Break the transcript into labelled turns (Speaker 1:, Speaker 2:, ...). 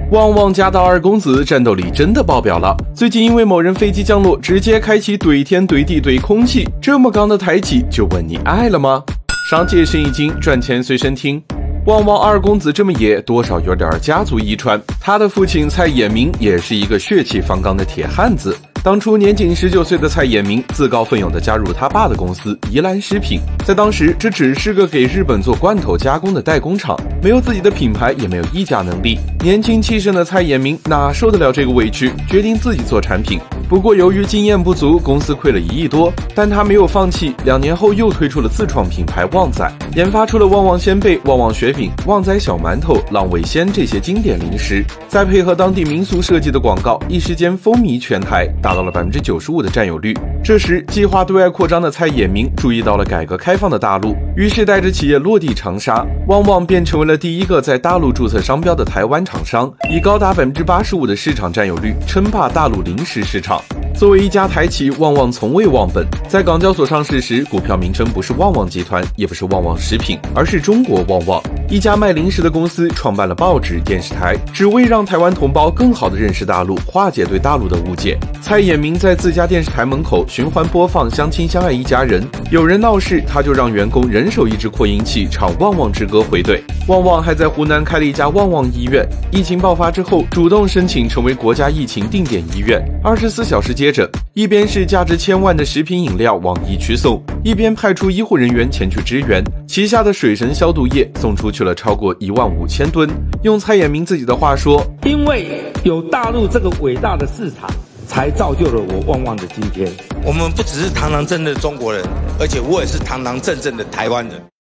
Speaker 1: 旺旺家的二公子战斗力真的爆表了。最近因为某人飞机降落，直接开启怼天怼地怼空气，这么刚的抬起，就问你爱了吗？商界生意经，赚钱随身听。旺旺二公子这么野，多少有点家族遗传。他的父亲蔡衍明也是一个血气方刚的铁汉子。当初年仅19岁的蔡衍明自告奋勇地加入他爸的公司宜兰食品，在当时这只是个给日本做罐头加工的代工厂，没有自己的品牌，也没有议价能力。年轻气盛的蔡衍明哪受得了这个委屈，决定自己做产品。不过由于经验不足，公司亏了1亿多，但他没有放弃，2年后又推出了自创品牌旺仔，研发出了旺旺仙贝、旺旺雪饼、旺仔小馒头、浪味仙这些经典零食，再配合当地民俗设计的广告，一时间风靡全台，达到了95%的占有率。这时计划对外扩张的蔡衍明注意到了改革开放的大陆，于是带着企业落地长沙，旺旺便成为了第一个在大陆注册商标的台湾厂商，以高达85%的市场占有率称霸大陆零食市场。作为一家台企，旺旺从未忘本。在港交所上市时，股票名称不是旺旺集团，也不是旺旺食品，而是中国旺旺，一家卖零食的公司，创办了报纸、电视台，只为让台湾同胞更好地认识大陆，化解对大陆的误解。蔡衍明在自家电视台门口循环播放《相亲相爱一家人》，有人闹事，他就让员工人手一支扩音器，唱《旺旺之歌》回怼。旺旺还在湖南开了一家旺旺医院，疫情爆发之后，主动申请成为国家疫情定点医院，24小时接诊，一边是价值1000万的食品饮料往疫区送，一边派出医护人员前去支援。旗下的水神消毒液送出去了超过15000吨。用蔡衍明自己的话说，
Speaker 2: 因为有大陆这个伟大的市场，才造就了我旺旺的今天。
Speaker 3: 我们不只是堂堂正正的中国人，而且我也是堂堂正正的台湾人。